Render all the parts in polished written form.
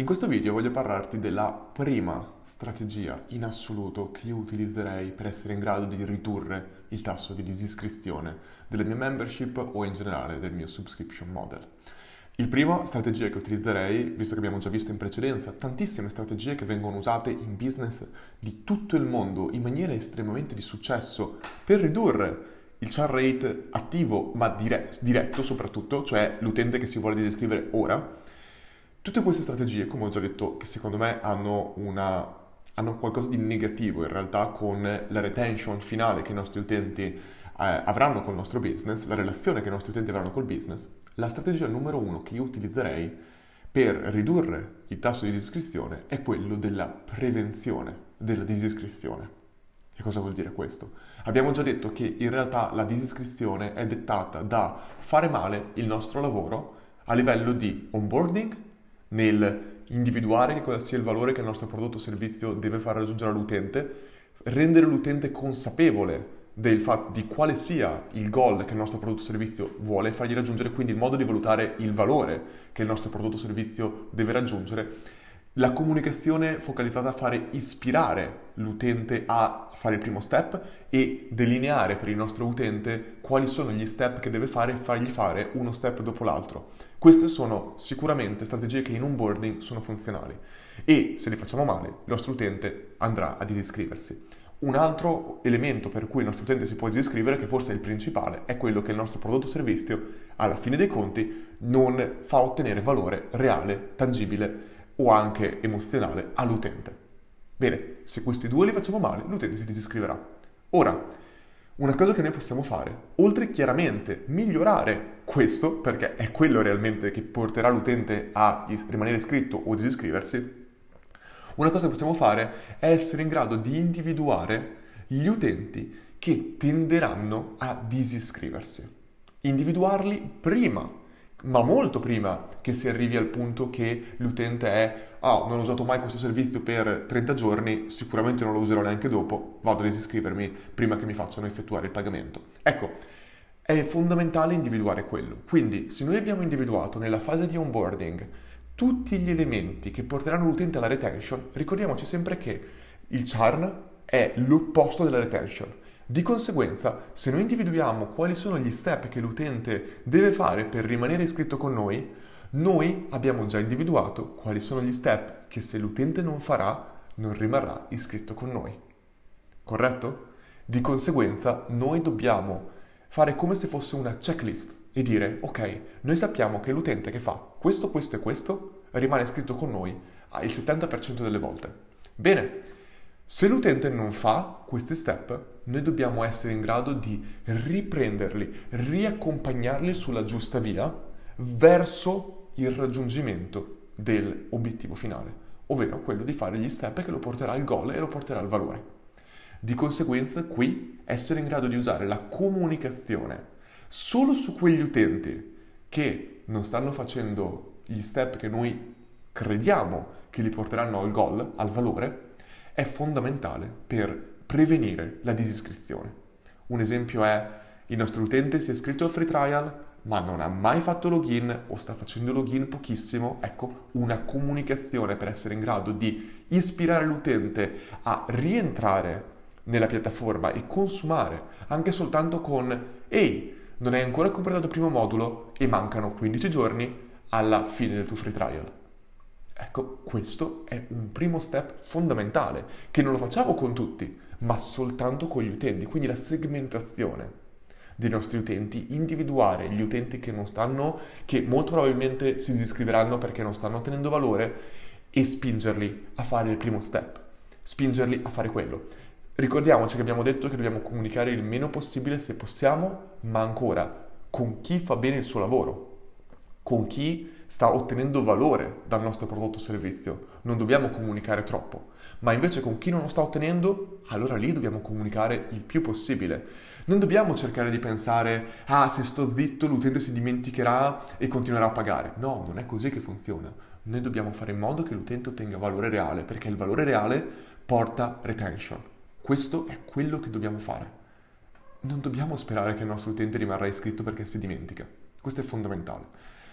In questo video voglio parlarti della prima strategia in assoluto che io utilizzerei per essere in grado di ridurre il tasso di disiscrizione delle mie membership o in generale del mio subscription model. Il primo strategia che utilizzerei, visto che abbiamo già visto in precedenza tantissime strategie che vengono usate in business di tutto il mondo in maniera estremamente di successo per ridurre il churn rate attivo ma diretto soprattutto, cioè l'utente che si vuole disiscrivere ora. Tutte queste strategie, come ho già detto, che secondo me hanno qualcosa di negativo in realtà con la retention finale che i nostri utenti avranno col nostro business, la relazione che i nostri utenti avranno col business. La strategia numero uno che io utilizzerei per ridurre il tasso di disiscrizione è quello della prevenzione della disiscrizione. Che cosa vuol dire questo? Abbiamo già detto che in realtà la disiscrizione è dettata da fare male il nostro lavoro a livello di onboarding, nel individuare che cosa sia il valore che il nostro prodotto o servizio deve far raggiungere all'utente, rendere l'utente consapevole del fatto di quale sia il goal che il nostro prodotto o servizio vuole fargli raggiungere, quindi il modo di valutare il valore che il nostro prodotto o servizio deve raggiungere. La comunicazione focalizzata a fare ispirare l'utente a fare il primo step e delineare per il nostro utente quali sono gli step che deve fare e fargli fare uno step dopo l'altro. Queste sono sicuramente strategie che in onboarding sono funzionali e se le facciamo male il nostro utente andrà a disiscriversi. Un altro elemento per cui il nostro utente si può disiscrivere, che forse è il principale, è quello che il nostro prodotto o servizio alla fine dei conti non fa ottenere valore reale, tangibile o anche emozionale all'utente. Bene, se questi due li facciamo male, l'utente si disiscriverà. Ora, una cosa che noi possiamo fare, oltre chiaramente migliorare questo, perché è quello realmente che porterà l'utente a rimanere iscritto o disiscriversi, una cosa che possiamo fare è essere in grado di individuare gli utenti che tenderanno a disiscriversi. Individuarli prima, ma molto prima che si arrivi al punto che l'utente è non ho usato mai questo servizio per 30 giorni, sicuramente non lo userò neanche dopo, vado a disiscrivermi prima che mi facciano effettuare il pagamento. Ecco, è fondamentale individuare quello. Quindi, se noi abbiamo individuato nella fase di onboarding tutti gli elementi che porteranno l'utente alla retention, ricordiamoci sempre che il churn è l'opposto della retention. Di conseguenza, se noi individuiamo quali sono gli step che l'utente deve fare per rimanere iscritto con noi abbiamo già individuato quali sono gli step che se l'utente non farà, non rimarrà iscritto con noi. Corretto? Di conseguenza, noi dobbiamo fare come se fosse una checklist e dire, ok, noi sappiamo che l'utente che fa questo, questo e questo rimane iscritto con noi il 70% delle volte. Bene, se l'utente non fa questi step, noi dobbiamo essere in grado di riprenderli, riaccompagnarli sulla giusta via verso il raggiungimento dell'obiettivo finale, ovvero quello di fare gli step che lo porterà al goal e lo porterà al valore. Di conseguenza, qui essere in grado di usare la comunicazione solo su quegli utenti che non stanno facendo gli step che noi crediamo che li porteranno al goal, al valore, è fondamentale per prevenire la disiscrizione. Un esempio è il nostro utente si è iscritto al free trial ma non ha mai fatto login o sta facendo login pochissimo. Ecco, una comunicazione per essere in grado di ispirare l'utente a rientrare nella piattaforma e consumare anche soltanto con ehi, non hai ancora completato il primo modulo e mancano 15 giorni alla fine del tuo free trial. Ecco, questo è un primo step fondamentale, che non lo facciamo con tutti, ma soltanto con gli utenti, quindi la segmentazione dei nostri utenti, individuare gli utenti che non stanno, che molto probabilmente si disiscriveranno perché non stanno ottenendo valore e spingerli a fare il primo step, spingerli a fare quello. Ricordiamoci che abbiamo detto che dobbiamo comunicare il meno possibile se possiamo, ma ancora con chi fa bene il suo lavoro, con chi sta ottenendo valore dal nostro prodotto o servizio. Non dobbiamo comunicare troppo, ma invece con chi non lo sta ottenendo, allora lì dobbiamo comunicare il più possibile. Non dobbiamo cercare di pensare, se sto zitto l'utente si dimenticherà e continuerà a pagare. No, non è così che funziona. Noi dobbiamo fare in modo che l'utente ottenga valore reale, perché il valore reale porta retention. Questo è quello che dobbiamo fare. Non dobbiamo sperare che il nostro utente rimarrà iscritto perché si dimentica. Questo è fondamentale.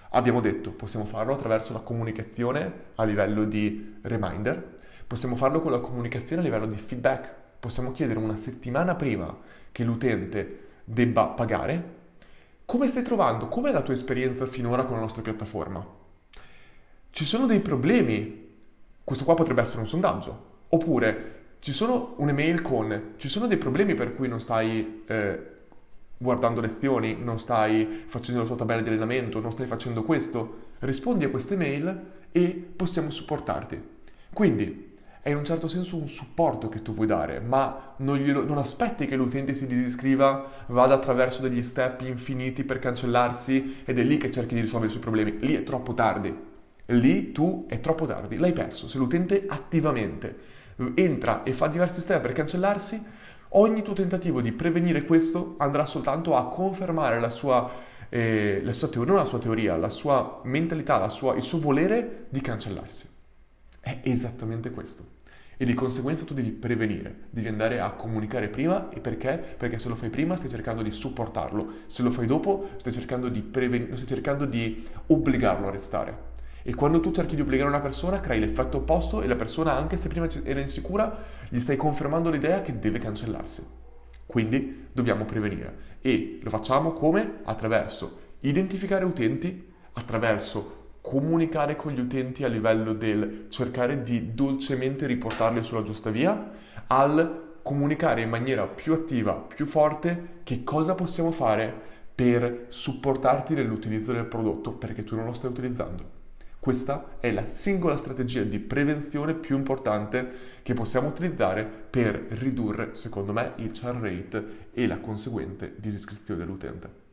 Abbiamo detto, possiamo farlo attraverso la comunicazione a livello di reminder, possiamo farlo con la comunicazione a livello di feedback. Possiamo chiedere una settimana prima che l'utente debba pagare: come stai trovando? Com'è la tua esperienza finora con la nostra piattaforma? Ci sono dei problemi? Questo qua potrebbe essere un sondaggio. Oppure ci sono un'email con: ci sono dei problemi per cui non stai guardando lezioni, non stai facendo la tua tabella di allenamento, non stai facendo questo? Rispondi a queste mail e possiamo supportarti. Quindi è in un certo senso un supporto che tu vuoi dare, ma non aspetti che l'utente si disiscriva, vada attraverso degli step infiniti per cancellarsi ed è lì che cerchi di risolvere i suoi problemi. Lì è troppo tardi. Lì tu è troppo tardi, l'hai perso. Se l'utente attivamente entra e fa diversi step per cancellarsi, ogni tuo tentativo di prevenire questo andrà soltanto a confermare la sua teoria, non la sua teoria, la sua mentalità, il suo volere di cancellarsi. È esattamente questo. E di conseguenza tu devi prevenire, devi andare a comunicare prima. E perché? Perché se lo fai prima stai cercando di supportarlo, se lo fai dopo stai cercando di obbligarlo a restare. E quando tu cerchi di obbligare una persona crei l'effetto opposto e la persona, anche se prima era insicura, gli stai confermando l'idea che deve cancellarsi. Quindi dobbiamo prevenire. E lo facciamo come? Attraverso identificare utenti, attraverso comunicare con gli utenti a livello del cercare di dolcemente riportarli sulla giusta via, al comunicare in maniera più attiva, più forte, che cosa possiamo fare per supportarti nell'utilizzo del prodotto perché tu non lo stai utilizzando. Questa è la singola strategia di prevenzione più importante che possiamo utilizzare per ridurre, secondo me, il churn rate e la conseguente disiscrizione dell'utente.